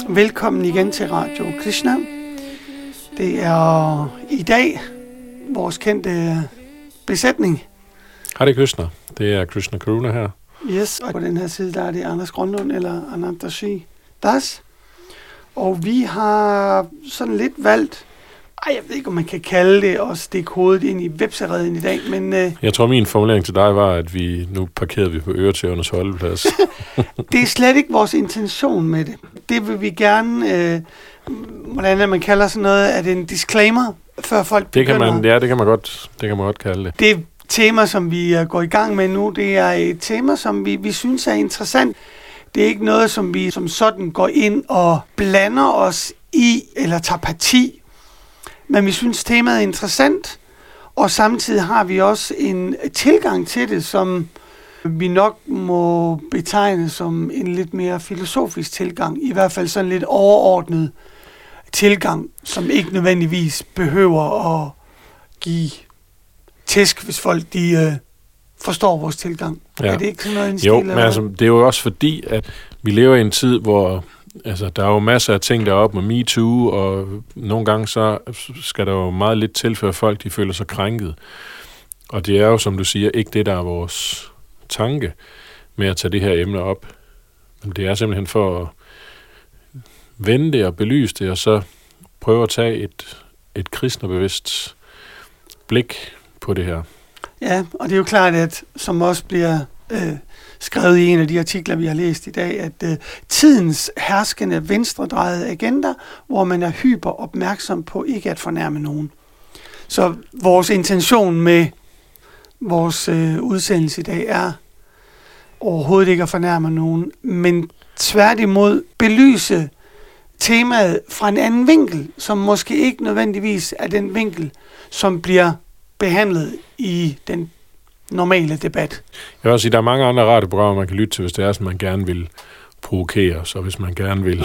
Velkommen igen til Radio Krishna. Det er i dag vores kendte besætning. Hare Krishna. Det er Krishna Karuna her. Yes, og på den her side, der er det Anders Grønlund eller Anandashi Das. Og vi har sådan lidt valgt, jeg ved ikke, om man kan kalde det, at stikke hovedet ind i websereden i dag, men... Jeg tror, min formulering til dig var, at nu parkerede vi på Øretævernes holdeplads. Det er slet ikke vores intention med det. Det vil vi gerne... hvordan man kalder sådan noget? Er det en disclaimer, før folk begynder? Det kan man godt kalde det. Det tema, som vi går i gang med nu, det er et tema, som vi synes er interessant. Det er ikke noget, som vi som sådan går ind og blander os i, eller tager parti. Men vi synes, temaet er interessant, og samtidig har vi også en tilgang til det, som vi nok må betegne som en lidt mere filosofisk tilgang. I hvert fald sådan lidt overordnet tilgang, som ikke nødvendigvis behøver at give tæsk, hvis folk de forstår vores tilgang. Ja. Er det ikke sådan noget en stil? Jo, men altså, det er jo også fordi, at vi lever i en tid, hvor der er jo masser af ting, der er op med MeToo, og nogle gange så skal der jo meget lidt til, før folk de føler sig krænket. Og det er jo, som du siger, ikke det, der er vores tanke med at tage det her emne op. Men det er simpelthen for at vende det og belyse det, og så prøve at tage et kristnebevidst blik på det her. Ja, og det er jo klart, at som også bliver skrevet i en af de artikler, vi har læst i dag, at tidens herskende venstredrejede agenda, hvor man er hyper opmærksom på ikke at fornærme nogen. Så vores intention med vores udsendelse i dag er overhovedet ikke at fornærme nogen, men tværtimod belyse temaet fra en anden vinkel, som måske ikke nødvendigvis er den vinkel, som bliver behandlet i den normale debat. Jeg vil også sige, at der er mange andre radioprogrammer, man kan lytte til, hvis det er sådan, man gerne vil provokere, så hvis man gerne vil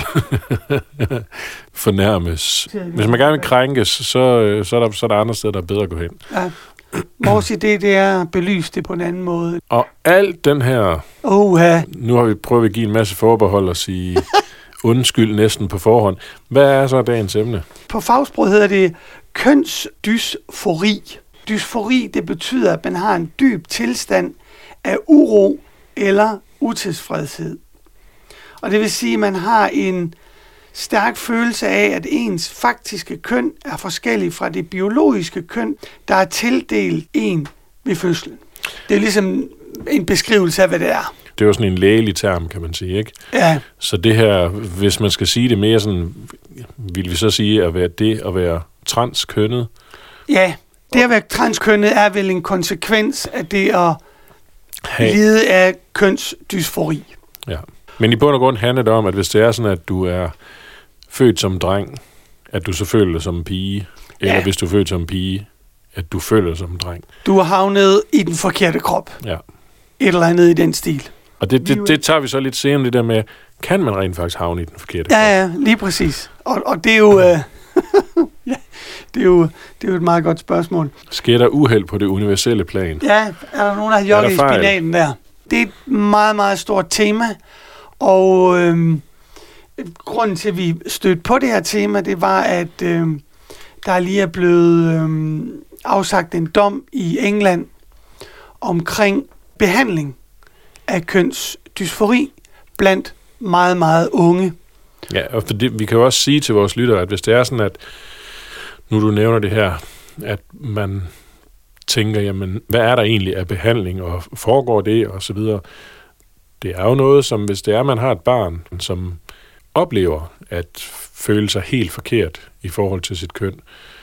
fornærmes. Hvis man gerne vil krænkes, så er der andre steder, der er bedre at gå hen. Ja. Vores idé, det er at belyse det på en anden måde. Og alt den her... Nu har vi prøvet at give en masse forbehold og sige undskyld næsten på forhånd. Hvad er så dagens emne? På fagsprog hedder det kønsdysfori. Dysfori, det betyder, at man har en dyb tilstand af uro eller utilfredshed. Og det vil sige, at man har en stærk følelse af, at ens faktiske køn er forskellig fra det biologiske køn, der er tildelt en ved fødslen. Det er ligesom en beskrivelse af, hvad det er. Det er jo sådan en lægelig term, kan man sige, ikke? Ja. Så det her, hvis man skal sige det mere sådan, vil vi så sige, at være transkønnet? Ja, det at være transkønnet er vel en konsekvens af det at lide af kønsdysfori. Ja, men i bund og grund handler det om, at hvis det er sådan, at du er født som dreng, at du så føler dig som en pige, eller hvis du er født som en pige, at du føler dig som en dreng. Du er havnet i den forkerte krop. Ja. Et eller andet i den stil. Og det tager vi så lidt senere, det der med, kan man rent faktisk havne i den forkerte krop? Ja, lige præcis. Og det er jo... det er jo et meget godt spørgsmål. Sker der uheld på det universelle plan? Ja, er der nogen, der har jogget i spinaten der? Det er et meget, meget stort tema, og grunden til, at vi stødte på det her tema, det var, at der lige er blevet afsagt en dom i England omkring behandling af kønsdysfori blandt meget, meget unge. Ja, og vi kan jo også sige til vores lyttere, at hvis det er sådan, at nu du nævner det her, at man tænker, jamen, hvad er der egentlig af behandling, og foregår det, og så videre. Det er jo noget, som hvis det er, man har et barn, som oplever at føle sig helt forkert i forhold til sit køn,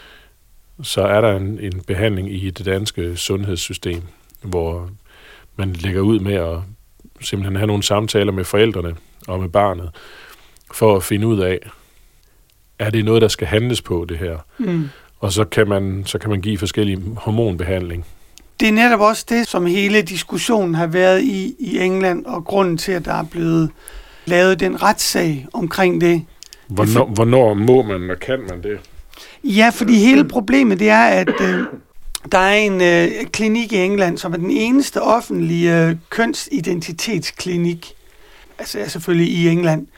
så er der en behandling i det danske sundhedssystem, hvor man lægger ud med at simpelthen have nogle samtaler med forældrene og med barnet, for at finde ud af, er det noget, der skal handles på, det her? Mm. Og så kan man give forskellige hormonbehandling. Det er netop også det, som hele diskussionen har været i England, og grunden til, at der er blevet lavet den retssag omkring det. Hvornår må man, og kan man det? Ja, fordi hele problemet det er, at der er en klinik i England, som er den eneste offentlige kønsidentitetsklinik, altså selvfølgelig i England,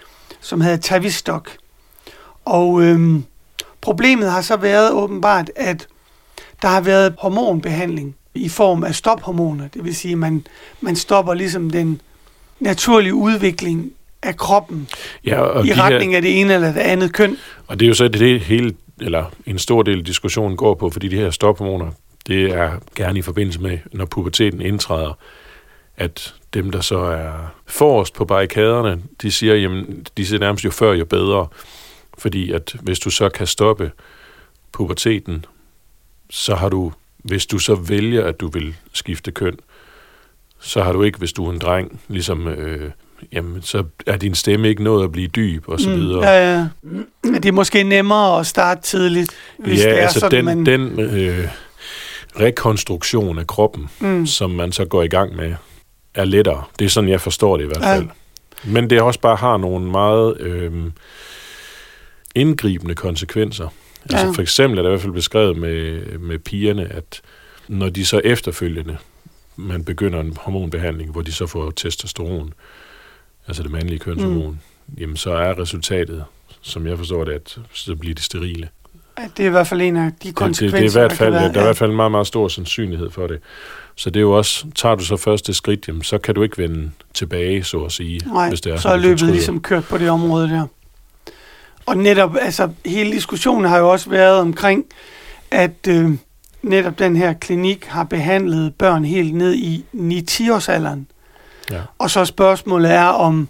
som hedder Tavistock. Og problemet har så været åbenbart, at der har været hormonbehandling i form af stophormoner. Det vil sige, at man stopper ligesom den naturlige udvikling af kroppen i retning af det ene eller det andet køn. Og det er jo så det hele, eller en stor del af diskussionen går på, fordi de her stophormoner, det er gerne i forbindelse med, når puberteten indtræder, at dem, der så er forrest på barrikaderne, de siger, jamen, de siger nærmest jo før, jo bedre. Fordi at hvis du så kan stoppe puberteten, så har du, hvis du så vælger, at du vil skifte køn, så har du ikke, hvis du er en dreng, ligesom, jamen, så er din stemme ikke nået at blive dyb, og så videre. Ja. Det er måske nemmere at starte tidligt, hvis det er altså sådan, den rekonstruktion af kroppen, som man så går i gang med, er lettere. Det er sådan, jeg forstår det i hvert fald. Men det også bare har nogle meget indgribende konsekvenser. Altså for eksempel er det i hvert fald beskrevet med pigerne, at når de så efterfølgende, man begynder en hormonbehandling, hvor de så får testosteron, altså det mandlige kønshormon, jamen så er resultatet, som jeg forstår det, at så bliver de sterile. Det er i hvert fald en af de konsekvenser, det er i hvert fald, der er i hvert fald en meget, meget stor sandsynlighed for det. Så det er jo også, tager du så først det skridt, jamen, så kan du ikke vende tilbage, så at sige. Nej, hvis det er, så er løbet ligesom kørt på det område der. Og netop, altså hele diskussionen har jo også været omkring, at netop den her klinik har behandlet børn helt ned i 9-10-årsalderen. Ja. Og så spørgsmålet er,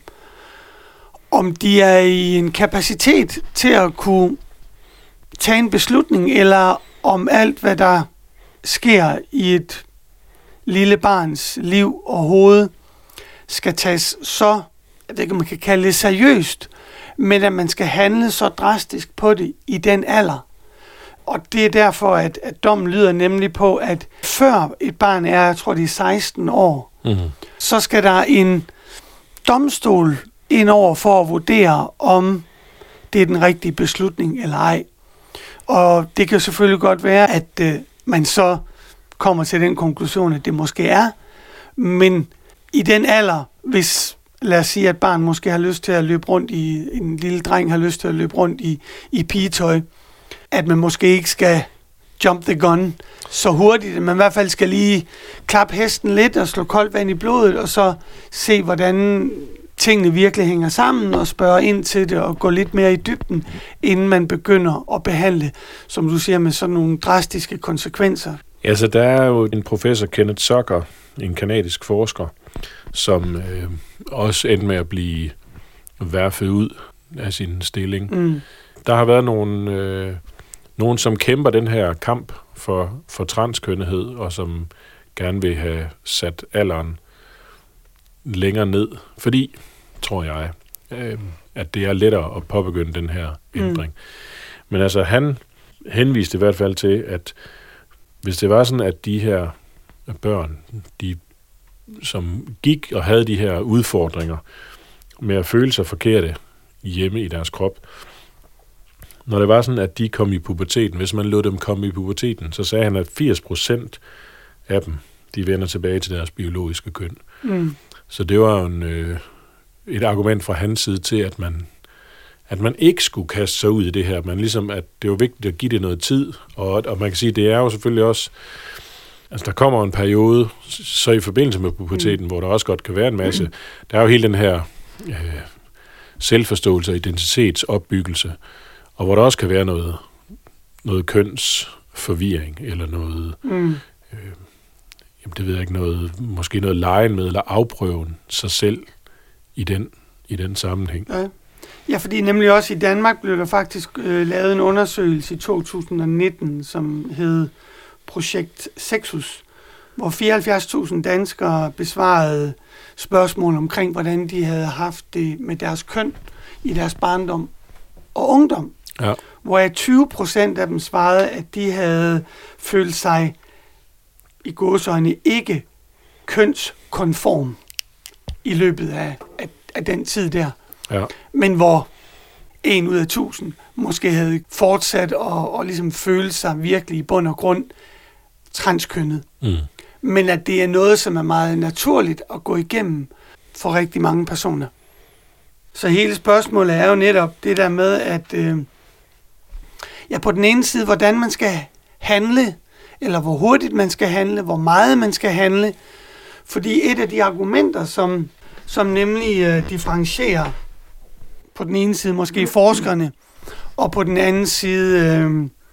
om de er i en kapacitet til at kunne tage en beslutning, eller om alt, hvad der sker i et lille barns liv og hoved, skal tages så, det man kan kalde det seriøst, men at man skal handle så drastisk på det i den alder. Og det er derfor, at dommen lyder nemlig på, at før et barn er, jeg tror det er 16 år, så skal der en domstol ind over for at vurdere, om det er den rigtige beslutning eller ej. Og det kan selvfølgelig godt være, at man så kommer til den konklusion, at det måske er. Men i den alder, hvis, lad os sige, at barn måske har lyst til at løbe rundt en lille dreng har lyst til at løbe rundt i pigetøj, at man måske ikke skal jump the gun så hurtigt, at man i hvert fald skal lige klappe hesten lidt og slå koldt vand i blodet, og så se, hvordan tingene virkelig hænger sammen, og spørge ind til det, og gå lidt mere i dybden, inden man begynder at behandle, som du siger, med sådan nogle drastiske konsekvenser. Ja, så der er jo en professor, Kenneth Zucker, en kanadisk forsker, som også endte med at blive værfet ud af sin stilling. Der har været nogen, som kæmper den her kamp for transkønnethed, og som gerne vil have sat alderen længere ned, fordi, tror jeg, at det er lettere at påbegynde den her ændring. Men altså, han henviste i hvert fald til, at hvis det var sådan, at de her børn, de som gik og havde de her udfordringer med at føle sig forkerte hjemme i deres krop, når det var sådan, at de kom i puberteten, hvis man lod dem komme i puberteten, så sagde han, at 80% af dem, de vender tilbage til deres biologiske køn. Så det var et argument fra hans side til, at man ikke skulle kaste sig ud i det her. Man ligesom, at det var vigtigt at give det noget tid, og man kan sige, det er jo selvfølgelig også, altså der kommer en periode, så i forbindelse med puberteten, hvor der også godt kan være en masse, der er jo hele den her selvforståelse og identitetsopbyggelse, og hvor der også kan være noget kønsforvirring, eller noget, det ved jeg ikke, måske noget legen med, eller afprøven sig selv i den sammenhæng. Ja, fordi nemlig også i Danmark blev der faktisk lavet en undersøgelse i 2019, som hed Projekt Sexus, hvor 74.000 danskere besvarede spørgsmål omkring, hvordan de havde haft det med deres køn i deres barndom og ungdom. Ja. Hvor 20% af dem svarede, at de havde følt sig i gåseøjne ikke kønskonform i løbet af den tid der. Ja. Men hvor 1 ud af 1000 måske havde fortsat og ligesom følt sig virkelig i bund og grund transkønnet. Men at det er noget, som er meget naturligt at gå igennem for rigtig mange personer. Så hele spørgsmålet er jo netop det der med, at på den ene side, hvordan man skal handle, eller hvor hurtigt man skal handle, hvor meget man skal handle. Fordi et af de argumenter, som nemlig differentierer på den ene side måske forskerne, og på den anden side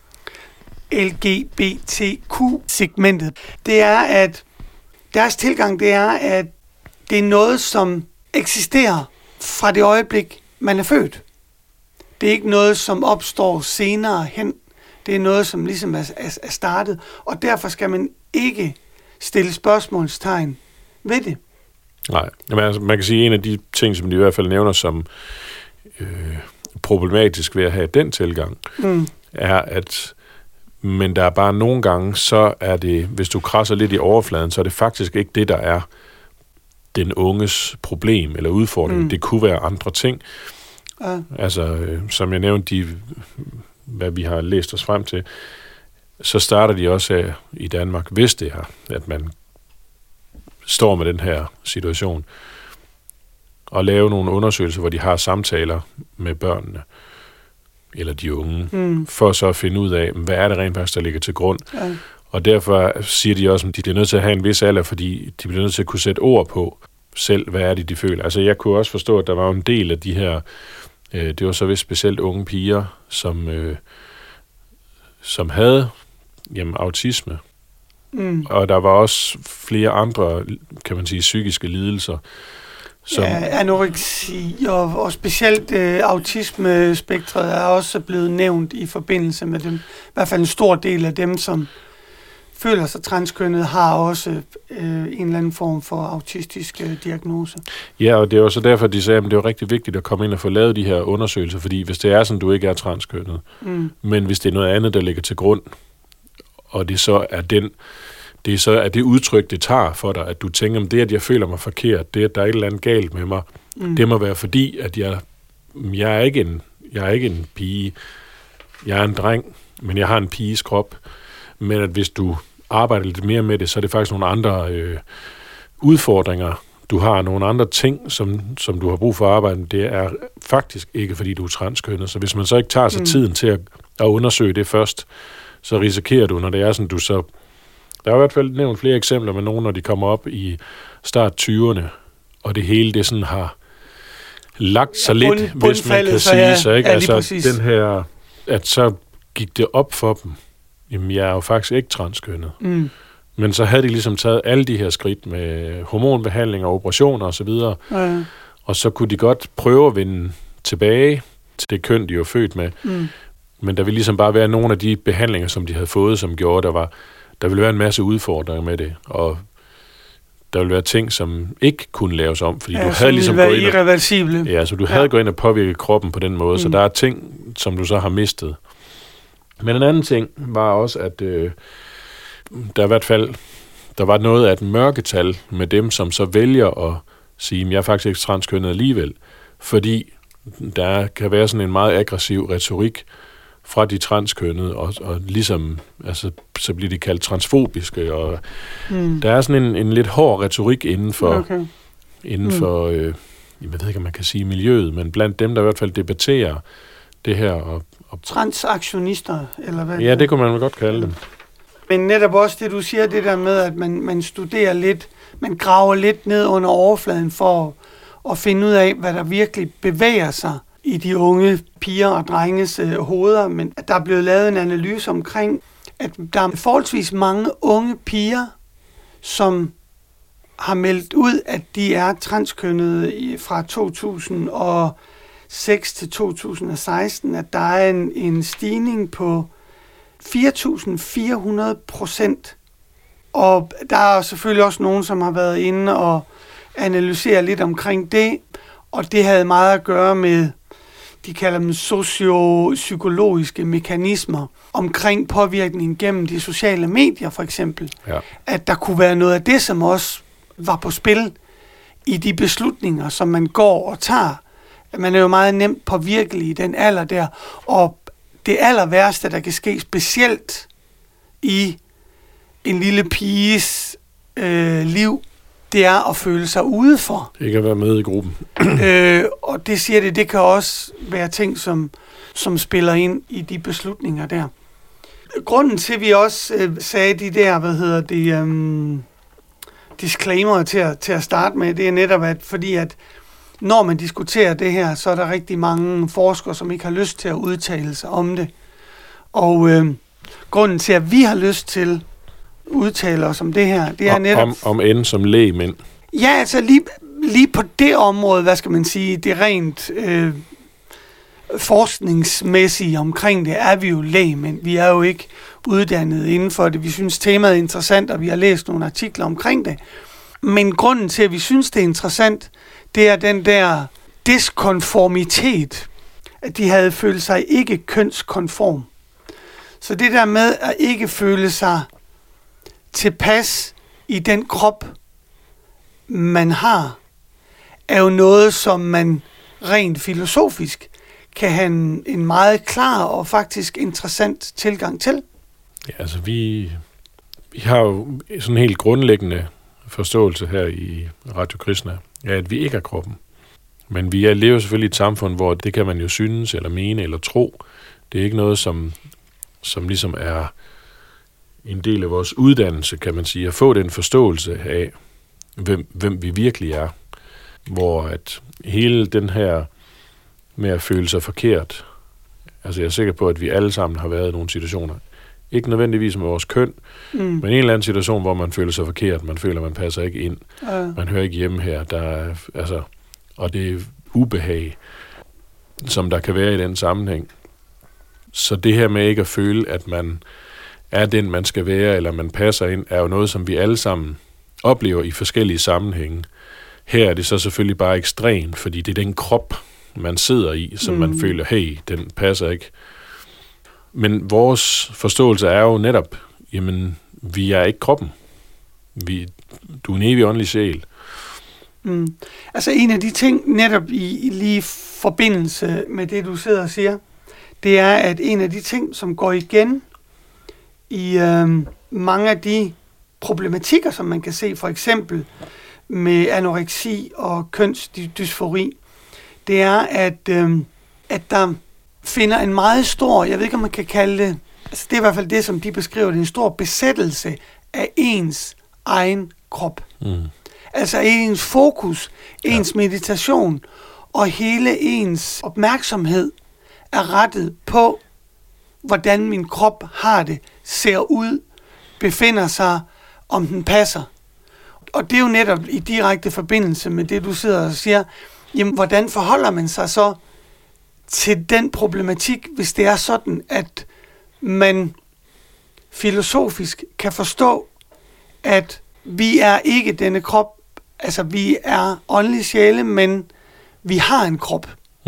LGBTQ-segmentet, det er, at deres tilgang, det er, at det er noget, som eksisterer fra det øjeblik, man er født. Det er ikke noget, som opstår senere hen. Det er noget, som ligesom er startet, og derfor skal man ikke stille spørgsmålstegn ved det. Nej, men altså, man kan sige, at en af de ting, som de i hvert fald nævner som problematisk ved at have den tilgang, er, at men der er bare nogle gange, så er det, hvis du krasser lidt i overfladen, så er det faktisk ikke det, der er den unges problem eller udfordring. Det kunne være andre ting. Altså, som jeg nævnte, hvad vi har læst os frem til, så starter de også her i Danmark, hvis det er, at man står med den her situation, og lave nogle undersøgelser, hvor de har samtaler med børnene, eller de unge, for så at finde ud af, hvad er det rent faktisk, der ligger til grund. Ja. Og derfor siger de også, at de bliver nødt til at have en vis alder, fordi de bliver nødt til at kunne sætte ord på selv, hvad er det, de føler. Altså, jeg kunne også forstå, at der var en del af de her, det var så vist specielt unge piger, som havde autisme. Og der var også flere andre, kan man sige, psykiske lidelser. Anoreksi og specielt autismespektret er også blevet nævnt i forbindelse med dem. I hvert fald en stor del af dem, som føler sig transkønnet, har også en eller anden form for autistisk diagnose. Ja, og det var så derfor, de sagde, at det var rigtig vigtigt at komme ind og få lavet de her undersøgelser, fordi hvis det er sådan, du ikke er transkønnet, men hvis det er noget andet, der ligger til grund, og det så er det udtryk, det tager for dig, at du tænker, det at jeg føler mig forkert, det at der er et eller andet galt med mig, det må være fordi, at jeg er ikke en pige, jeg er en dreng, men jeg har en piges krop. Men at hvis du arbejder lidt mere med det, så er det faktisk nogle andre udfordringer. Du har nogle andre ting, som du har brug for at arbejde med. Det er faktisk ikke, fordi du er transkønnet. Så hvis man så ikke tager sig tiden til at undersøge det først, så risikerer du, når det er sådan, du så... Der er i hvert fald nævnt flere eksempler med nogen, når de kommer op i start 20'erne, og det hele det sådan har lagt sig lidt, hvis man kan sige så, ikke? Altså den her, at så gik det op for dem, jamen jeg er jo faktisk ikke transkønnet. Men så havde de ligesom taget alle de her skridt med hormonbehandling og operationer og så videre, og så kunne de godt prøve at vende tilbage til det køn, de var født med. Men der ville ligesom bare være nogle af de behandlinger, som de havde fået, som gjorde, der ville være en masse udfordringer med det, og der ville være ting, som ikke kunne laves om, fordi du havde ligesom gået ind irreversible. Ja, så du havde gået ind og påvirket kroppen på den måde, så der er ting, som du så har mistet. Men en anden ting var også, at der i hvert fald der var noget af et mørketal med dem, som så vælger at sige, at jeg er faktisk ikke transkønnet alligevel, fordi der kan være sådan en meget aggressiv retorik fra de transkønnede, og ligesom, altså, så bliver de kaldt transfobiske, og der er sådan en lidt hård retorik inden for, jeg ved ikke, om man kan sige miljøet, men blandt dem, der i hvert fald debatterer det her. Og transaktionister, eller hvad? Ja, det kunne man godt kalde dem. Men netop også det, du siger, det der med, at man studerer lidt, man graver lidt ned under overfladen for at finde ud af, hvad der virkelig bevæger sig i de unge piger og drenges hoveder, men at der er blevet lavet en analyse omkring, at der er forholdsvis mange unge piger, som har meldt ud, at de er transkønnede fra 2006 til 2016, at der er en stigning på 4.400%. Og der er selvfølgelig også nogen, som har været inde og analysere lidt omkring det, og det havde meget at gøre med, de kalder dem sociopsykologiske mekanismer omkring påvirkning gennem de sociale medier for eksempel. Ja. At der kunne være noget af det, som også var på spil i de beslutninger, som man går og tager. Man er jo meget nemt påvirkelig i den alder der, og det aller værste, der kan ske specielt i en lille piges liv, det er at føle sig udenfor. Ikke at være med i gruppen. Og det siger det kan også være ting, som spiller ind i de beslutninger der. Grunden til, at vi også sagde de der, disclaimer til at starte med, det er netop, fordi at når man diskuterer det her, så er der rigtig mange forskere, som ikke har lyst til at udtale sig om det. Og grunden til, at vi har lyst til at udtale os om det her, det er netop... Om end som lægmænd. Ja, altså lige på det område, hvad skal man sige, det rent forskningsmæssige omkring det, er vi jo lægmænd. Vi er jo ikke uddannet inden for det. Vi synes, temaet er interessant, og vi har læst nogle artikler omkring det. Men grunden til, at vi synes, det er interessant, det er den der diskonformitet, at de havde følt sig ikke kønskonform. Så det der med at ikke føle sig tilpas i den krop, man har, er jo noget, som man rent filosofisk kan have en meget klar og faktisk interessant tilgang til. Ja, altså vi har jo sådan en helt grundlæggende forståelse her i Radio Krishna, at vi ikke er kroppen. Men vi lever selvfølgelig i et samfund, hvor det kan man jo synes, eller mene, eller tro. Det er ikke noget, som ligesom er en del af vores uddannelse, kan man sige, at få den forståelse af, hvem vi virkelig er. Hvor at hele den her med at føle sig forkert, altså jeg er sikker på, at vi alle sammen har været i nogle situationer, ikke nødvendigvis med vores køn, men en eller anden situation, hvor man føler sig forkert, man føler, man passer ikke ind, man hører ikke hjemme her, der er, altså, og det er ubehag, som der kan være i den sammenhæng. Så det her med ikke at føle, at man er den, man skal være, eller man passer ind, er jo noget, som vi alle sammen oplever i forskellige sammenhænge. Her er det så selvfølgelig bare ekstremt, fordi det er den krop, man sidder i, som man føler, hey, den passer ikke. Men vores forståelse er jo netop, jamen, vi er ikke kroppen. Du er en evig åndelig sjæl. Altså en af de ting, netop i lige forbindelse med det, du sidder og siger, det er, at en af de ting, som går igen i mange af de problematikker, som man kan se, for eksempel med anoreksi og kønsdysfori, det er, at der finder en meget stor, jeg ved ikke, om man kan kalde det, altså det er i hvert fald det, som de beskriver, det er en stor besættelse af ens egen krop. Altså ens fokus, ens meditation og hele ens opmærksomhed er rettet på, hvordan min krop har det, ser ud, befinder sig, om den passer. Og det er jo netop i direkte forbindelse med det, du sidder og siger, jamen, hvordan forholder man sig så til den problematik, hvis det er sådan, at man filosofisk kan forstå, at vi er ikke denne krop, altså vi er åndelige sjæle, men vi har en krop.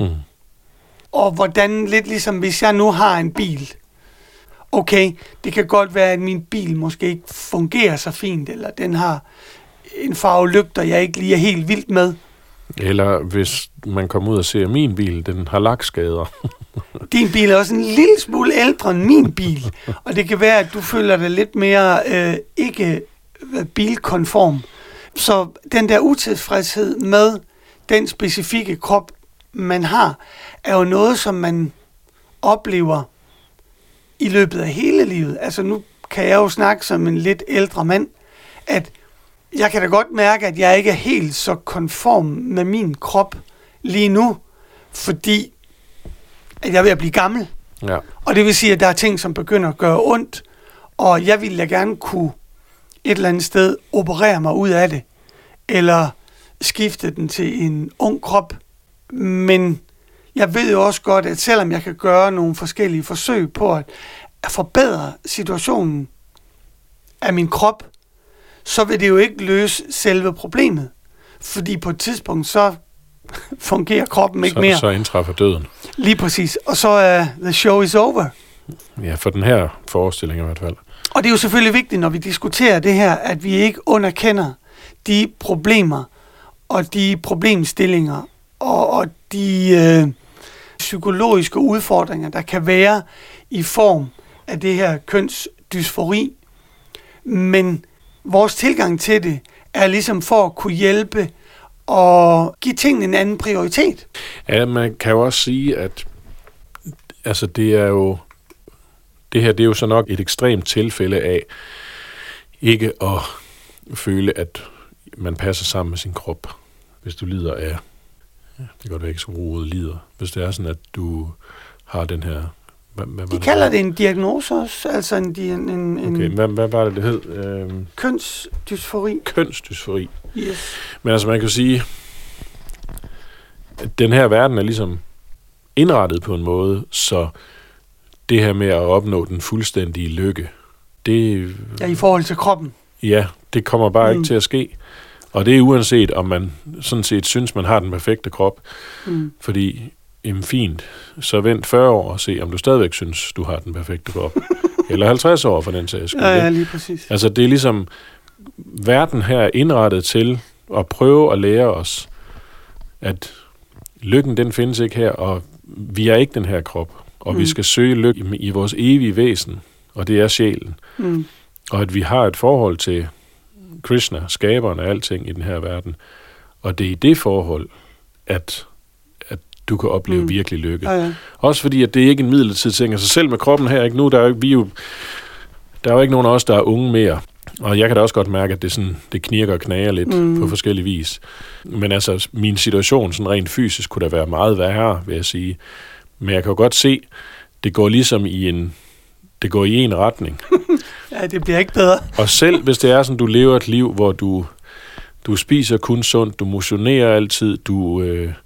Og hvordan, lidt ligesom hvis jeg nu har en bil, okay, det kan godt være, at min bil måske ikke fungerer så fint, eller den har en farve lygter, jeg ikke lige er helt vild med. Eller hvis man kommer ud og ser min bil, den har lakskader. Din bil er også en lille smule ældre end min bil, og det kan være, at du føler dig lidt mere ikke bilkonform. Så den der utilfredshed med den specifikke krop, man har, er jo noget, som man oplever i løbet af hele livet. Altså nu kan jeg jo snakke som en lidt ældre mand, at jeg kan da godt mærke, at jeg ikke er helt så konform med min krop lige nu, fordi at jeg er ved at blive gammel. Ja. Og det vil sige, at der er ting, som begynder at gøre ondt, og jeg ville da gerne kunne et eller andet sted operere mig ud af det, eller skifte den til en ung krop. Men jeg ved jo også godt, at selvom jeg kan gøre nogle forskellige forsøg på at forbedre situationen af min krop, så vil det jo ikke løse selve problemet. Fordi på et tidspunkt, så fungerer kroppen ikke mere. Så indtræffer døden. Lige præcis. Og så er the show is over. Ja, for den her forestilling i hvert fald. Og det er jo selvfølgelig vigtigt, når vi diskuterer det her, at vi ikke underkender de problemer og de problemstillinger og de psykologiske udfordringer, der kan være i form af det her kønsdysfori. Men vores tilgang til det er ligesom for at kunne hjælpe og give tingene en anden prioritet. Ja, man kan jo også sige, at altså det her det er jo så nok et ekstremt tilfælde af ikke at føle, at man passer sammen med sin krop. Hvis du lider af, det kan godt være ikke så rodet lider, hvis det er sådan, at du har den her... De kalder det en diagnose også, altså en okay, hvad var det hed? Kønsdysfori. Kønsdysfori. Yes. Men altså man kan sige, at den her verden er ligesom indrettet på en måde, så det her med at opnå den fuldstændige lykke, det... Ja, i forhold til kroppen. Ja, det kommer bare ikke til at ske. Og det er uanset, om man sådan set synes, man har den perfekte krop. Fordi, jamen fint, så vent 40 år og se, om du stadigvæk synes, du har den perfekte krop. Eller 50 år for den sags skyld. Ja, lige præcis. Altså det er ligesom, verden her er indrettet til at prøve at lære os, at lykken den findes ikke her, og vi er ikke den her krop. Og vi skal søge lykke i vores evige væsen, og det er sjælen. Og at vi har et forhold til Krishna, skaberen af alting i den her verden. Og det er i det forhold, at du kan opleve virkelig lykke. Ja. Også fordi, at det er ikke en midlertidig ting. Altså selv med kroppen her, ikke nu, der er jo ikke nogen af os, der er unge mere. Og jeg kan da også godt mærke, at det knirker og knager lidt på forskellige vis. Men altså, min situation sådan rent fysisk kunne da være meget værre, vil jeg sige. Men jeg kan jo godt se, det går ligesom i en retning. Ja, det bliver ikke bedre. Og selv hvis det er sådan, du lever et liv, hvor du spiser kun sundt, du motionerer altid, du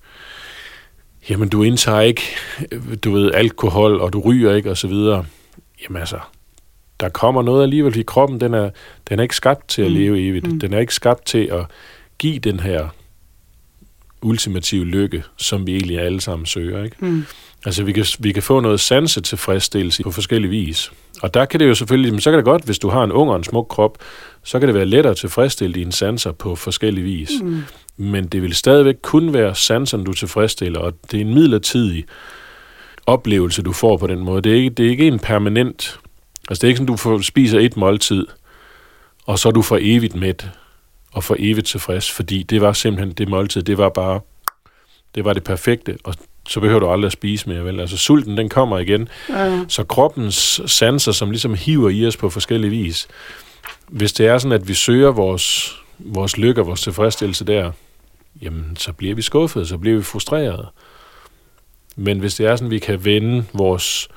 indtager ikke, alkohol, og du ryger ikke, og så videre. Jamen altså, der kommer noget alligevel, fordi kroppen, den er ikke skabt til at leve evigt. Den er ikke skabt til at give den her ultimative lykke, som vi egentlig alle sammen søger, ikke? Altså, vi kan få noget sansetilfredsstillelse på forskellige vis. Og der kan det jo selvfølgelig, så kan det godt, hvis du har en ung og en smuk krop, så kan det være lettere at tilfredsstille dine sanser på forskellige vis. Men det vil stadigvæk kun være sanserne, du tilfredsstiller, og det er en midlertidig oplevelse, du får på den måde. Det er ikke en permanent... Altså, det er ikke sådan, du spiser et måltid, og så er du for evigt mæt, og for evigt tilfreds, fordi det var simpelthen det måltid, det var det perfekte, og så behøver du aldrig at spise mere, vel? Altså, sulten, den kommer igen. Ja. Så kroppens sanser, som ligesom hiver i os på forskellige vis, hvis det er sådan, at vi søger vores lykke og vores tilfredsstillelse der, jamen, så bliver vi skuffede, så bliver vi frustrerede. Men hvis det er sådan, vi kan vende vores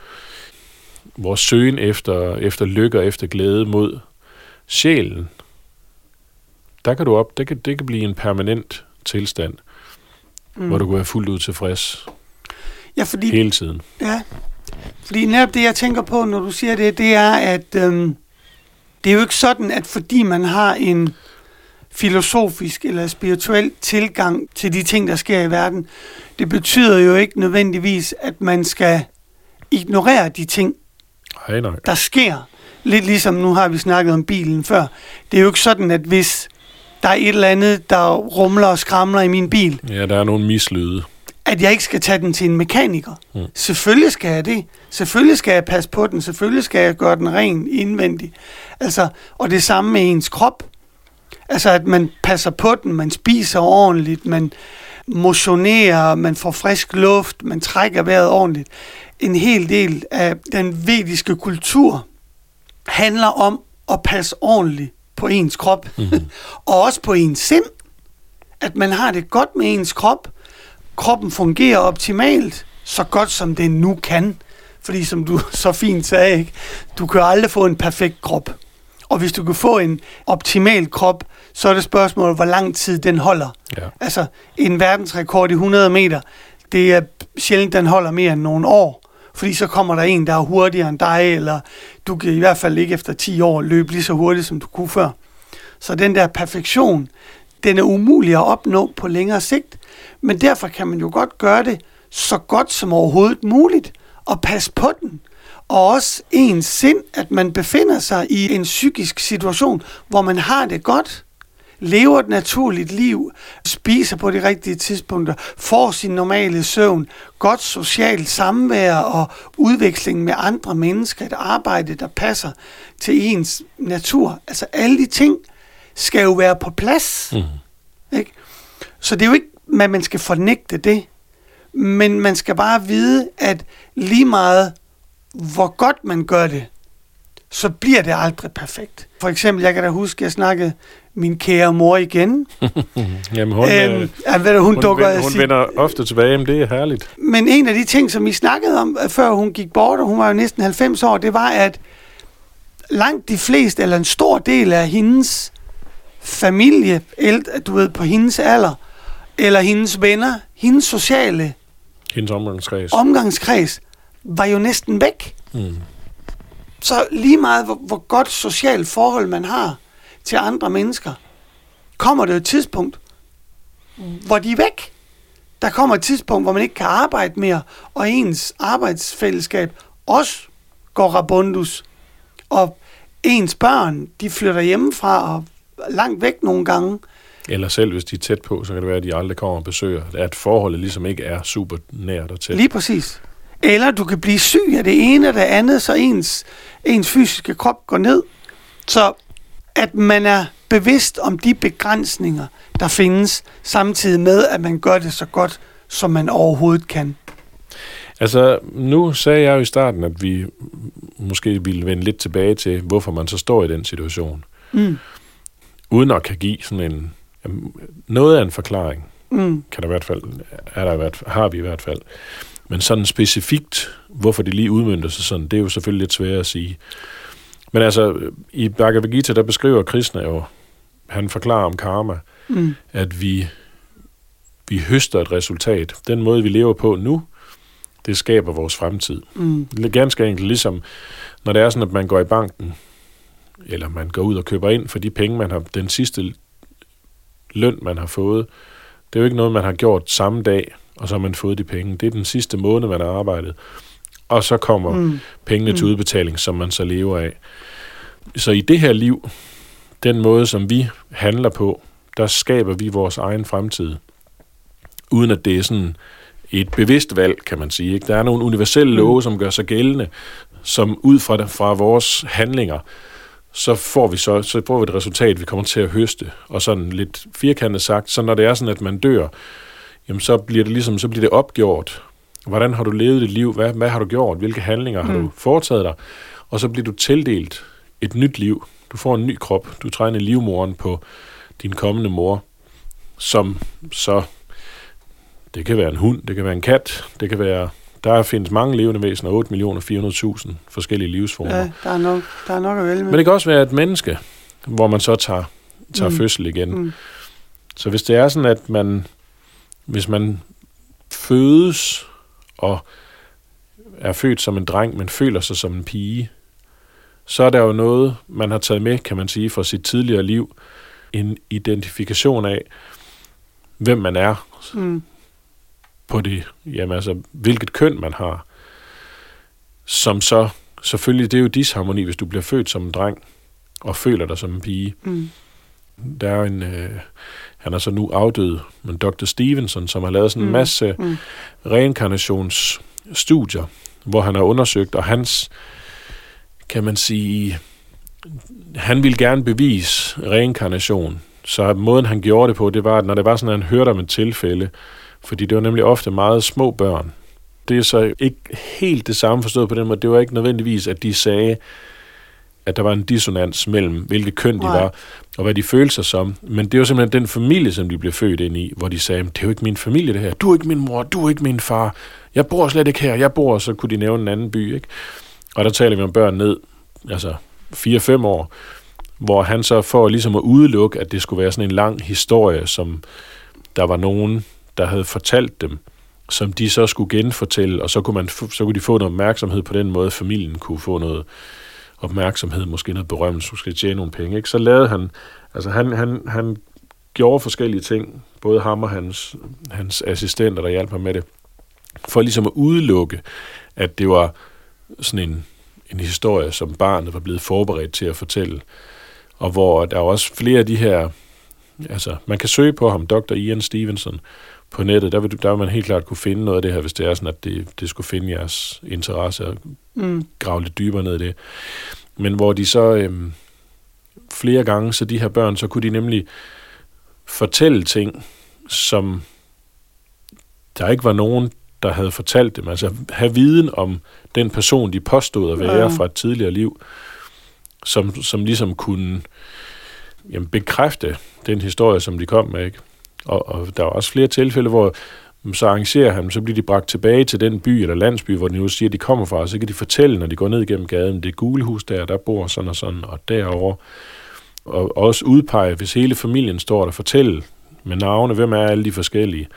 søgen efter lykke og efter glæde mod sjælen, der kan det kan blive en permanent tilstand, hvor du kan være fuldt ud tilfreds hele tiden. Ja, fordi netop det, jeg tænker på, når du siger det er, at det er jo ikke sådan, at fordi man har en filosofisk eller spirituel tilgang til de ting, der sker i verden, det betyder jo ikke nødvendigvis, at man skal ignorere de ting, der sker. Lidt ligesom, nu har vi snakket om bilen før. Det er jo ikke sådan, at hvis der er et eller andet, der rumler og skramler i min bil. Ja, der er nogle mislyde. At jeg ikke skal tage den til en mekaniker. Selvfølgelig skal jeg det. Selvfølgelig skal jeg passe på den. Selvfølgelig skal jeg gøre den ren indvendig. Altså, og det samme med ens krop. Altså, at man passer på den, man spiser ordentligt, man motionerer, man får frisk luft, man trækker vejret ordentligt. En hel del af den vediske kultur handler om at passe ordentligt på ens krop. Og også på ens sind. At man har det godt med ens krop. Kroppen fungerer optimalt, så godt som den nu kan. Fordi som du så fint sagde, ikke? Du kan aldrig få en perfekt krop. Og hvis du kan få en optimal krop, så er det spørgsmålet, hvor lang tid den holder. Ja. Altså, en verdensrekord i 100 meter, det er sjældent, den holder mere end nogle år. Fordi så kommer der en, der er hurtigere end dig, eller du kan i hvert fald ikke efter 10 år løbe lige så hurtigt, som du kunne før. Så den der perfektion, den er umulig at opnå på længere sigt. Men derfor kan man jo godt gøre det så godt som overhovedet muligt, og passe på den. Og også ens sind, at man befinder sig i en psykisk situation, hvor man har det godt, lever et naturligt liv, spiser på de rigtige tidspunkter, får sin normale søvn, godt socialt samvær og udveksling med andre mennesker, et arbejde, der passer til ens natur. Altså alle de ting skal jo være på plads. Ikke? Så det er jo ikke, at man skal fornægte det, men man skal bare vide, at lige meget, hvor godt man gør det, så bliver det aldrig perfekt. For eksempel, jeg kan da huske, at jeg snakkede min kære mor igen. Jamen, hun vender ofte tilbage, men det er herligt. Men en af de ting, som vi snakkede om, før hun gik bort, og hun var jo næsten 90 år, det var, at langt de fleste, eller en stor del af hendes familie, du ved, på hendes alder, eller hendes venner, hendes sociale hendes omgangskreds var jo næsten væk. Så lige meget, hvor godt socialt forhold man har til andre mennesker, kommer det et tidspunkt, hvor de er væk. Der kommer et tidspunkt, hvor man ikke kan arbejde mere, og ens arbejdsfællesskab også går rabundus. Og ens børn, de flytter hjemmefra og langt væk nogle gange. Eller selv hvis de er tæt på, så kan det være, at de aldrig kommer og besøger. At forholdet ligesom ikke er super nært og tæt. Lige præcis. Eller du kan blive syg af det ene og det andet, så ens fysiske krop går ned. Så at man er bevidst om de begrænsninger, der findes, samtidig med, at man gør det så godt, som man overhovedet kan. Altså, nu sagde jeg jo i starten, at vi måske ville vende lidt tilbage til, hvorfor man så står i den situation. Uden at kan give sådan noget af en forklaring, kan der i hvert fald, har vi i hvert fald. Men sådan specifikt, hvorfor det lige udmønter sig sådan, det er jo selvfølgelig lidt svært at sige. Men altså, i Bhagavad Gita, der beskriver Krishna jo, han forklarer om karma, at vi høster et resultat. Den måde, vi lever på nu, det skaber vores fremtid. Det er ganske enkelt ligesom, når det er sådan, at man går i banken, eller man går ud og køber ind for de penge, man har, den sidste løn, man har fået. Det er jo ikke noget, man har gjort samme dag, og så har man fået de penge. Det er den sidste måned, man har arbejdet. Og så kommer pengene til udbetaling, som man så lever af. Så i det her liv, den måde, som vi handler på, der skaber vi vores egen fremtid. Uden at det er sådan et bevidst valg, kan man sige. Ikke? Der er nogle universelle love, som gør sig gældende, som ud fra vores handlinger, så får vi et resultat, vi kommer til at høste. Og sådan lidt firkantet sagt, så når det er sådan, at man dør, jamen så bliver det opgjort. Hvordan har du levet dit liv? Hvad har du gjort? Hvilke handlinger har du foretaget dig? Og så bliver du tildelt et nyt liv. Du får en ny krop. Du træner livmoren på din kommende mor, som så, det kan være en hund, det kan være en kat, det kan være, der findes mange levende væsener, 8.400.000 forskellige livsformer. Ja, der er nok at vælge med. Men det kan også være et menneske, hvor man så tager fødsel igen. Så hvis det er sådan, at hvis man fødes og er født som en dreng, men føler sig som en pige, så er der jo noget, man har taget med, kan man sige, fra sit tidligere liv. En identifikation af, hvem man er på det, jamen altså, hvilket køn man har. Som så, selvfølgelig, det er jo disharmoni, hvis du bliver født som en dreng, og føler dig som en pige. Der er han er så nu afdød, men Dr. Stevenson, som har lavet sådan en masse reinkarnationsstudier, hvor han har undersøgt, og hans, kan man sige, han ville gerne bevise reinkarnation. Så måden han gjorde det på, det var, at når det var sådan, at han hørte om et tilfælde, fordi det var nemlig ofte meget små børn. Det er så ikke helt det samme forstået på den måde. Det var ikke nødvendigvis, at de sagde, at der var en dissonans mellem, hvilke køn de var, og hvad de følte sig som. Men det var simpelthen den familie, som de blev født ind i, hvor de sagde, det er jo ikke min familie det her. Du er ikke min mor, du er ikke min far. Jeg bor slet ikke her, så kunne de nævne en anden by, ikke? Og der taler vi om børn ned, altså 4-5 år, hvor han så får ligesom at udelukke, at det skulle være sådan en lang historie, som der var nogen, der havde fortalt dem, som de så skulle genfortælle, og så kunne de få noget opmærksomhed på den måde, familien kunne få noget opmærksomhed, måske noget berømmelse, måske tjene nogle penge. Ikke? Så lavede han, altså han gjorde forskellige ting, både ham og hans assistenter, der hjalp ham med det, for ligesom at udelukke, at det var sådan en historie, som barnet var blevet forberedt til at fortælle, og hvor der er også flere af de her, altså man kan søge på ham, Dr. Ian Stevenson, på nettet, der vil man helt klart kunne finde noget af det her, hvis det er sådan, at det skulle finde jeres interesse og grave lidt dybere ned i det. Men hvor de så flere gange, så de her børn, så kunne de nemlig fortælle ting, som der ikke var nogen, der havde fortalt dem. Altså have viden om den person, de påstod at være fra et tidligere liv, som ligesom kunne bekræfte den historie, som de kom med. Ikke? Og der var også flere tilfælde, hvor så arrangerer han, så bliver de bragt tilbage til den by eller landsby, hvor de nu siger, at de kommer fra, og så kan de fortælle, når de går ned igennem gaden, det er gule hus der bor sådan og sådan, og derovre. Og også udpege, hvis hele familien står der, fortælle med navne, hvem er alle de forskellige.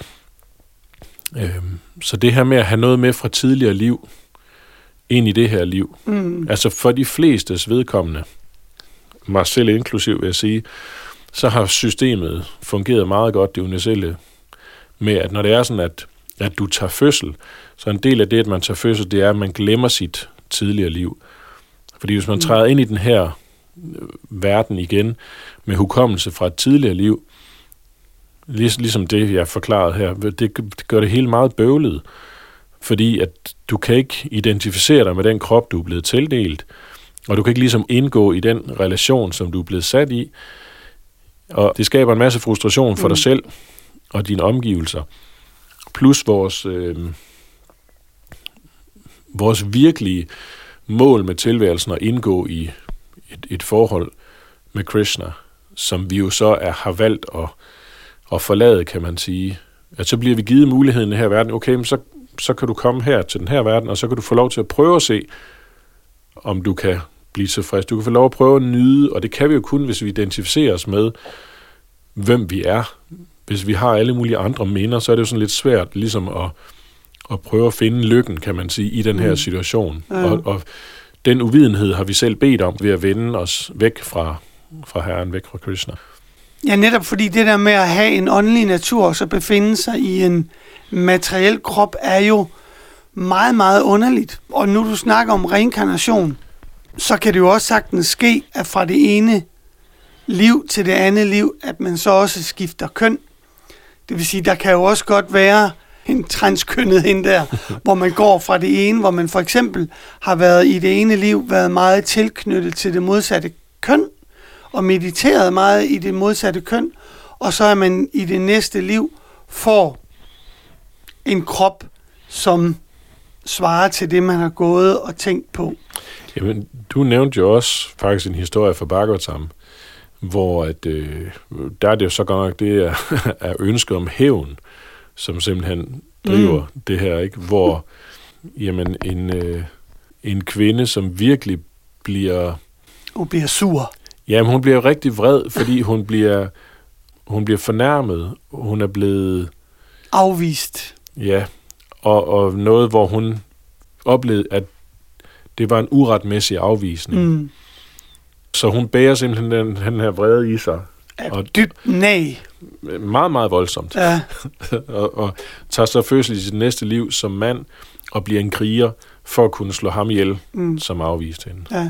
Så det her med at have noget med fra tidligere liv ind i det her liv, altså for de flestes vedkommende, mig selv inklusiv vil jeg sige, så har systemet fungeret meget godt, det universelle, med at når det er sådan, at du tager fødsel, så en del af det, at man tager fødsel, det er, at man glemmer sit tidligere liv. Fordi hvis man træder ind i den her verden igen med hukommelse fra et tidligere liv, ligesom det, jeg forklarede her, det gør det hele meget bøvlet, fordi at du kan ikke identificere dig med den krop, du er blevet tildelt, og du kan ikke ligesom indgå i den relation, som du er blevet sat i, og det skaber en masse frustration for dig selv og dine omgivelser, plus vores virkelige mål med tilværelsen at indgå i et forhold med Krishna, som vi jo så har valgt at forlade, kan man sige. At så bliver vi givet muligheden i den her verden. Okay, men så kan du komme her til den her verden, og så kan du få lov til at prøve at se, om du kan blive tilfreds. Du kan få lov at prøve at nyde, og det kan vi jo kun, hvis vi identificerer os med, hvem vi er. Hvis vi har alle mulige andre minder, så er det jo sådan lidt svært ligesom at prøve at finde lykken, kan man sige, i den her situation. Og den uvidenhed har vi selv bedt om ved at vende os væk fra Herren, væk fra Krishna. Ja, netop fordi det der med at have en åndelig natur, og så befinde sig i en materiel krop, er jo meget, meget underligt. Og nu du snakker om reinkarnation, så kan det jo også sagtens ske, at fra det ene liv til det andet liv, at man så også skifter køn. Det vil sige, der kan jo også godt være en transkønnethed der, hvor man går fra det ene, hvor man for eksempel har været i det ene liv, været meget tilknyttet til det modsatte køn, og mediteret meget i det modsatte køn, og så er man i det næste liv får en krop, som svarer til det, man har gået og tænkt på. Jamen, du nævnte jo også faktisk en historie fra Bhagavatam, hvor der er det jo så godt nok, det er ønsket om hævn, som simpelthen driver det her, ikke? Hvor jamen, en kvinde, som virkelig bliver... Hun bliver sur. Jamen, hun bliver rigtig vred, fordi hun bliver fornærmet. Hun er blevet... afvist. Ja, og noget, hvor hun oplevede, at det var en uretmæssig afvisning. Så hun bærer simpelthen den her vrede i sig. Og dybt nej. Meget, meget voldsomt. Ja. og tager så fødsel i sit næste liv som mand, og bliver en kriger for at kunne slå ham ihjel, som afviste hende. Ja.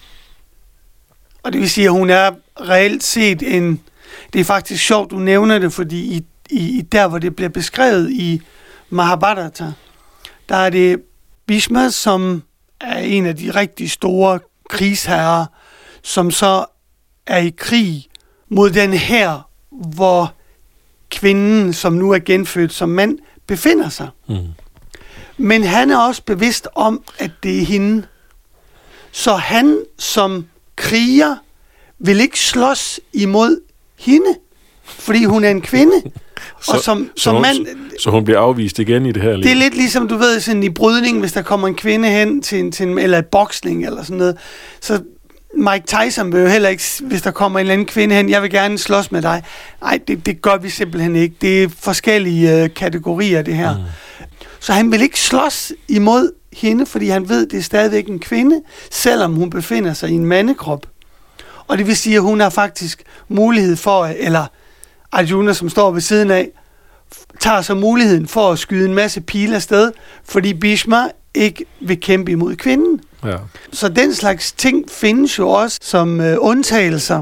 Og det vil sige, at hun er reelt set det er faktisk sjovt, du nævner det, fordi i der, hvor det bliver beskrevet i Mahabharata, der er det Bhishma, som er en af de rigtig store krigsherrer, som så er i krig mod den her, hvor kvinden, som nu er genfødt som mand, befinder sig. Men han er også bevidst om, at det er hende. Så han som kriger vil ikke slås imod hende, fordi hun er en kvinde. Og så hun bliver afvist igen i det her liv. Det er lidt ligesom, du ved, sådan i brydning, hvis der kommer en kvinde hen til en eller et boksning eller sådan noget, så Mike Tyson vil jo heller ikke, hvis der kommer en eller anden kvinde hen, jeg vil gerne slås med dig. Nej, det gør vi simpelthen ikke. Det er forskellige kategorier, det her. Så han vil ikke slås imod hende, fordi han ved, det er stadigvæk en kvinde, selvom hun befinder sig i en mandekrop. Og det vil sige, at hun har faktisk mulighed for, eller Arjuna, som står ved siden af, tager så muligheden for at skyde en masse pile afsted, fordi Bhishma ikke vil kæmpe imod kvinden. Ja. Så den slags ting findes jo også som undtagelser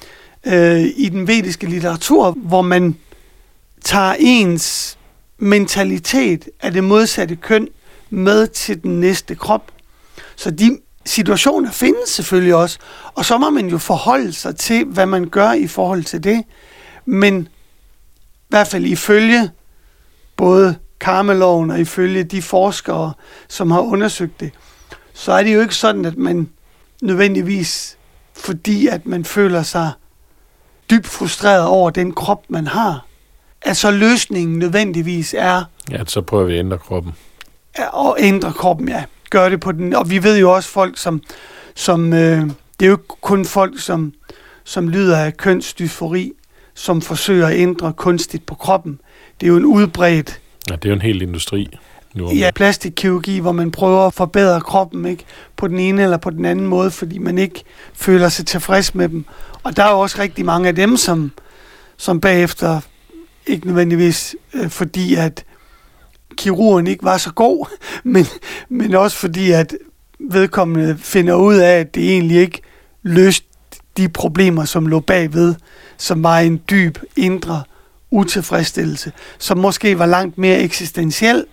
i den vediske litteratur, hvor man tager ens mentalitet af det modsatte køn med til den næste krop. Så de situationer findes selvfølgelig også, og så må man jo forholde sig til, hvad man gør i forhold til det. Men i hvert fald ifølge både karmaloven og ifølge de forskere, som har undersøgt det, så er det jo ikke sådan, at man nødvendigvis, fordi at man føler sig dybt frustreret over den krop, man har, at så løsningen nødvendigvis er... Ja, så prøver vi at ændre kroppen. At ændre kroppen, ja. Gør det på den. Og vi ved jo også folk, som det er jo ikke kun folk, som lider af kønsdysfori, som forsøger at ændre kunstigt på kroppen. Det er jo en udbredt... Ja, det er jo en hel industri. Ja, plastikkirurgi, hvor man prøver at forbedre kroppen, ikke, på den ene eller på den anden måde, fordi man ikke føler sig tilfreds med dem. Og der er jo også rigtig mange af dem, som bagefter, ikke nødvendigvis fordi, at kirurgen ikke var så god, men også fordi, at vedkommende finder ud af, at det egentlig ikke løste de problemer, som lå bagved, som var en dyb, indre utilfredsstillelse, som måske var langt mere eksistentiel,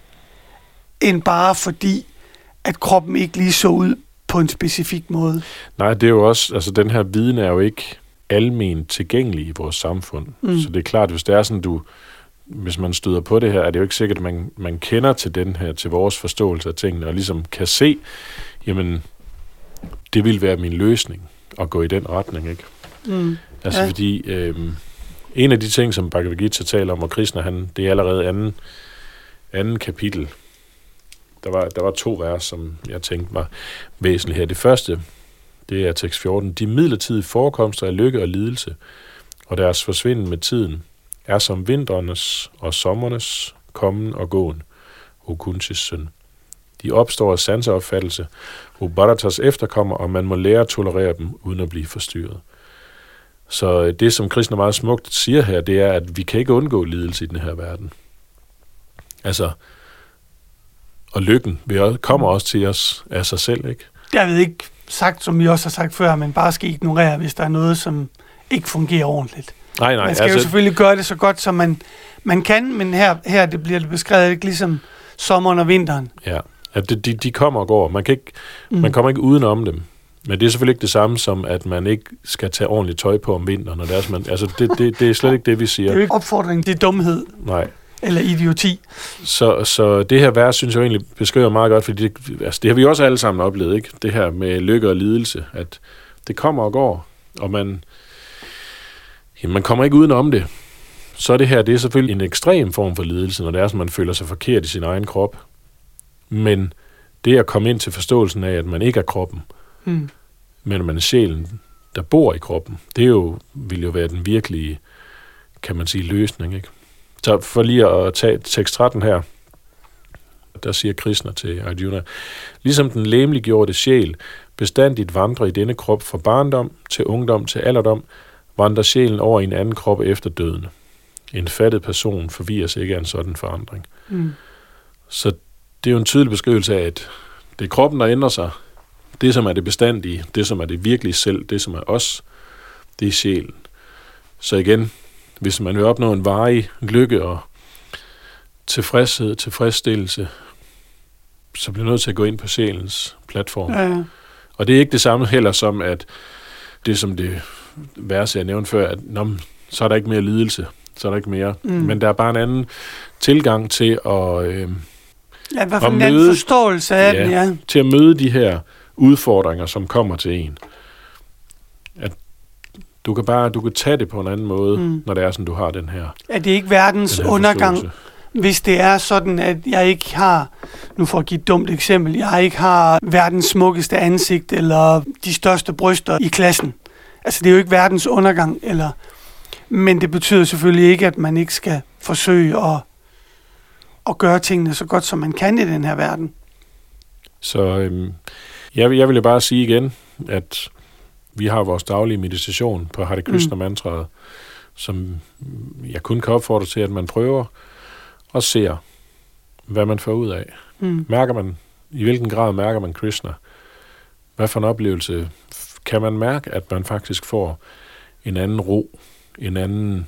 end bare fordi, at kroppen ikke lige så ud på en specifik måde. Nej, det er jo også, altså den her viden er jo ikke almen tilgængelig i vores samfund. Så det er klart, hvis det er sådan, hvis man støder på det her, er det jo ikke sikkert, at man kender til den her, til vores forståelse af tingene, og ligesom kan se, jamen, det vil være min løsning, at gå i den retning, ikke? Fordi en af de ting, som Bhagavad Gita taler om, og Krishna, det er allerede anden kapitel. Der var 2 vers, som jeg tænkte var væsentligt her. Det første, det er tekst 14. De midlertidige forekomster af lykke og lidelse, og deres forsvinden med tiden, er som vinternes og sommernes kommen og gåen, o Kuntis søn. De opstår af sanseopfattelse, o Bharatas efterkommer, og man må lære at tolerere dem, uden at blive forstyrret. Så det, som Krishna meget smukt siger her, det er, at vi kan ikke undgå lidelse i den her verden. Altså, og lykken kommer også til os af sig selv, ikke? Jeg ved ikke sagt, som vi også har sagt før, men bare skal ignorere, hvis der er noget, som ikke fungerer ordentligt. Nej. Man skal jo selvfølgelig gøre det så godt, som man kan, men her det bliver det beskrevet ikke ligesom sommeren og vinteren. Ja, de kommer og går. Man kommer ikke udenom dem. Men det er selvfølgelig ikke det samme som, at man ikke skal tage ordentligt tøj på om vinteren. Og det er slet ikke det, vi siger. Det er jo ikke opfordring til dumhed. Nej. Eller idioti. Så det her vers, synes jeg egentlig beskriver meget godt, fordi det har vi også alle sammen oplevet, ikke? Det her med lykke og lidelse, at det kommer og går, og man kommer ikke udenom det. Så det er selvfølgelig en ekstrem form for lidelse, når det er, så man føler sig forkert i sin egen krop. Men det at komme ind til forståelsen af, at man ikke er kroppen, men at man er sjælen, der bor i kroppen, det vil jo være den virkelige, kan man sige, løsning, ikke? Så for lige at tage tekst 13 her, der siger Krishna til Arjuna, ligesom den legemliggjorte sjæl bestandigt vandrer i denne krop fra barndom til ungdom til alderdom, vandrer sjælen over i en anden krop efter døden. En fattet person forvirres ikke af en sådan forandring. Så det er jo en tydelig beskrivelse af, at det er kroppen, der ændrer sig. Det, som er det bestandige, det, som er det virkelige selv, det, som er os, det er sjælen. Så igen, hvis man vil opnå en varig lykke og tilfredsstillelse, så bliver man nødt til at gå ind på sjælens platform. Ja. Og det er ikke det samme heller som, at det som det vers, jeg nævnte før, at så er der ikke mere lidelse, så er der ikke mere. Men der er bare en anden tilgang til at i hvert fald en anden forståelse af den, ja. Til at møde de her udfordringer, som kommer til en. At du kan tage det på en anden måde, når det er sådan, du har den her. Er det ikke verdens undergang, hvis det er sådan, at jeg ikke har, nu for at give et dumt eksempel, jeg ikke har verdens smukkeste ansigt, eller de største bryster i klassen. Altså, det er jo ikke verdens undergang, men det betyder selvfølgelig ikke, at man ikke skal forsøge at gøre tingene så godt, som man kan i den her verden. Så jeg vil jo bare sige igen, at vi har vores daglige meditation på Hare Krishna-mantraet, som jeg kun kan opfordre til, at man prøver og ser, hvad man får ud af. I hvilken grad mærker man Krishna? Hvad for en oplevelse kan man mærke, at man faktisk får en anden ro, en anden,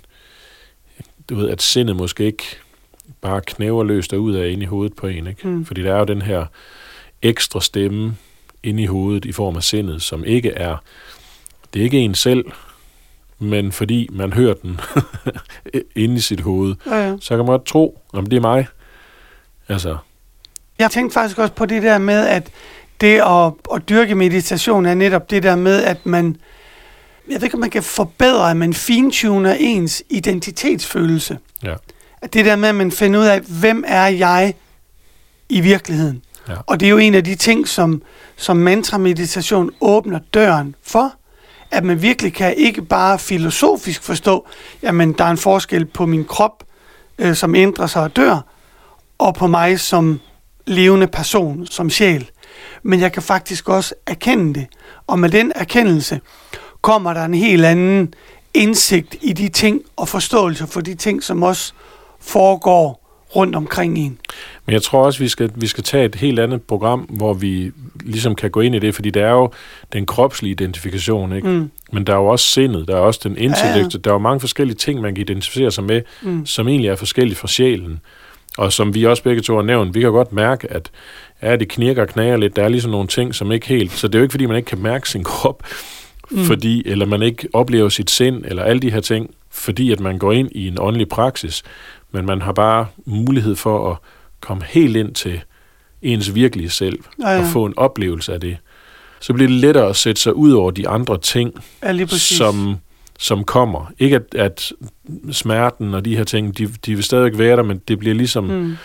at sindet måske ikke bare knæver løst ud af inde i hovedet på en, ikke? Fordi der er jo den her ekstra stemme inde i hovedet i form af sindet, som ikke er, det er ikke en selv, men fordi man hører den inde i sit hoved, så kan man godt tro, om det er mig. Altså. Jeg tænkte faktisk også på det der med, at det at dyrke meditation er netop det der med, at man, jeg ved ikke, om man kan forbedre, at man fintuner ens identitetsfølelse. Ja. At det der med, at man finder ud af, hvem er jeg i virkeligheden. Ja. Og det er jo en af de ting, som mantra-meditation åbner døren for, at man virkelig kan ikke bare filosofisk forstå, jamen der er en forskel på min krop, som ændrer sig og dør, og på mig som levende person, som sjæl. Men jeg kan faktisk også erkende det. Og med den erkendelse kommer der en helt anden indsigt i de ting og forståelse for de ting, som også foregår rundt omkring en. Men jeg tror også, vi skal tage et helt andet program, hvor vi ligesom kan gå ind i det, fordi der er jo den kropslige identifikation, ikke? Men der er jo også sindet, der er også den intellekt, der er jo mange forskellige ting, man kan identificere sig med, som egentlig er forskellige fra sjælen. Og som vi også begge to har nævnt, vi kan godt mærke, at det knirker og knager lidt. Der er ligesom nogle ting, som ikke helt... Så det er jo ikke, fordi man ikke kan mærke sin krop, eller man ikke oplever sit sind, eller alle de her ting, fordi at man går ind i en åndelig praksis. Men man har bare mulighed for at komme helt ind til ens virkelige selv, og få en oplevelse af det. Så bliver det lettere at sætte sig ud over de andre ting, som kommer. Ikke at smerten og de her ting, de vil stadig være der, men det bliver ligesom...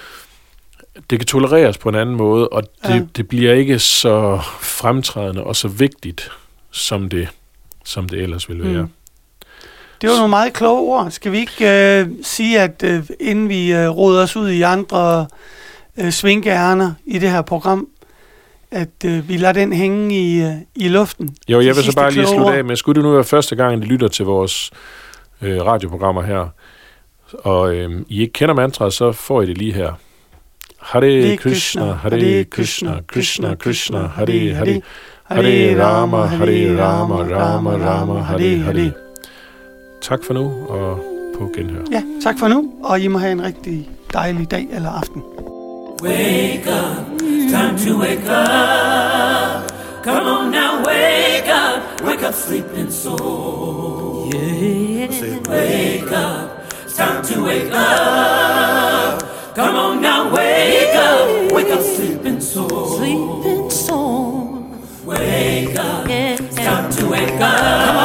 Det kan tolereres på en anden måde, og det bliver ikke så fremtrædende og så vigtigt, som det ellers vil være. Det var nogle meget kloge ord. Skal vi ikke sige, at inden vi roder os ud i andre svinkeærner i det her program, at vi lader den hænge i luften? Jo, jeg vil så bare lige slutte af med, skulle det nu være første gang, I lytter til vores radioprogrammer her, og I ikke kender mantraet, så får I det lige her. Hare Krishna, Hare Krishna, Krishna Krishna, Hare Hare, Hare Rama, Hare Rama, Rama Rama, Hare Hare. Tak for nu, og på genhør. Ja, tak for nu, og I må have en rigtig dejlig dag eller aften. Wake up, time to wake up. Come on now, wake up, sleeping soul. Yeah. Wake up, time to wake up. Come on now, wake up, sleeping soul. Sleeping soul. Wake up, time to wake up.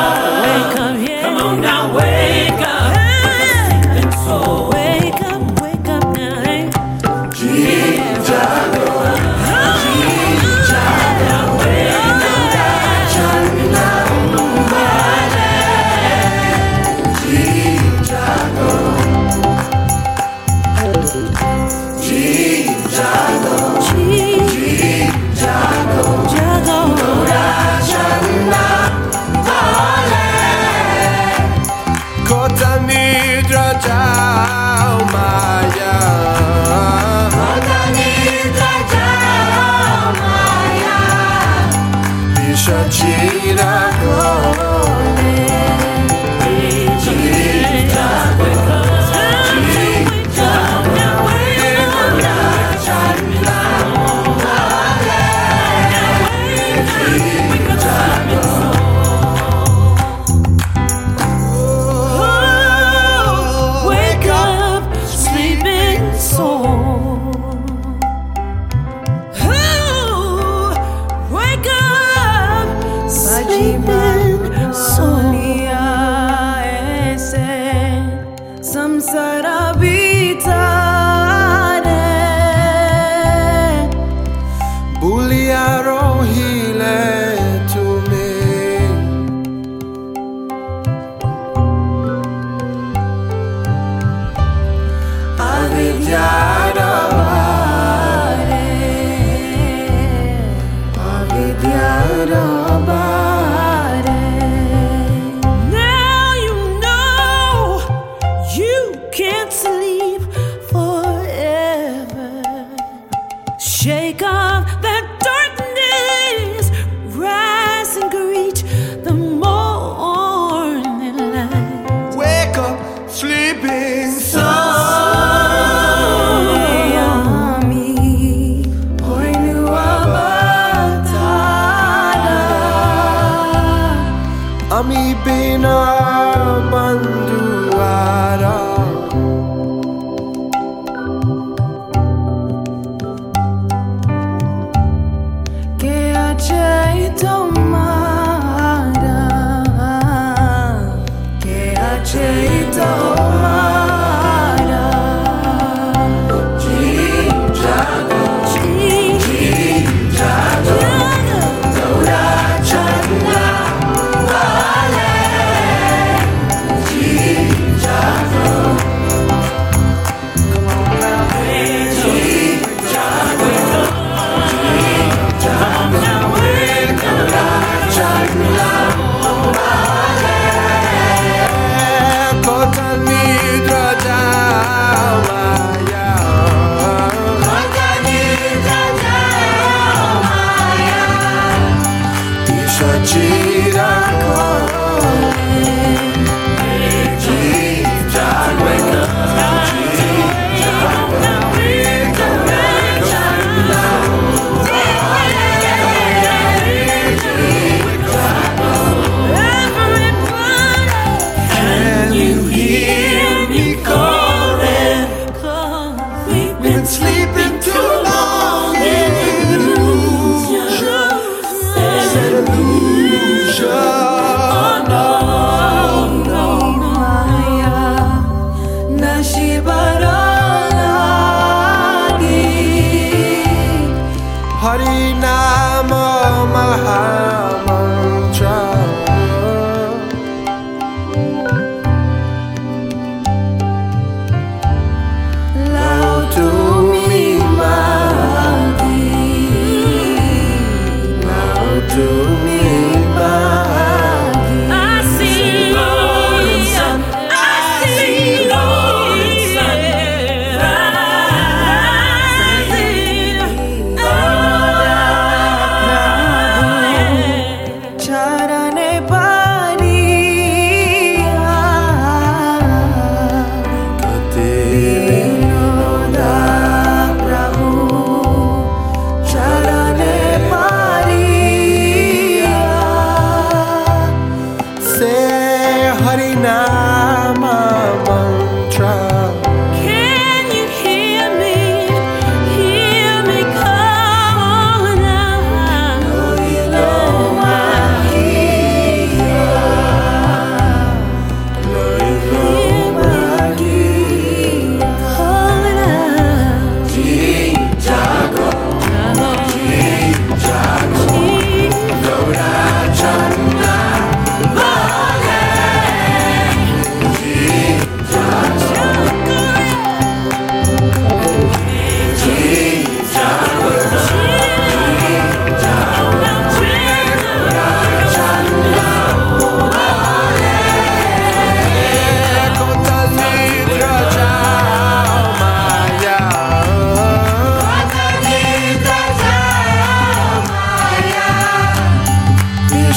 Wake up, yeah. Come on now, wake up, sleeping soul. Wake up now, hey. Yummy, pour nous à bataille.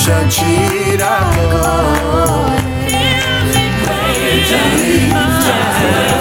Shachira, Wake up.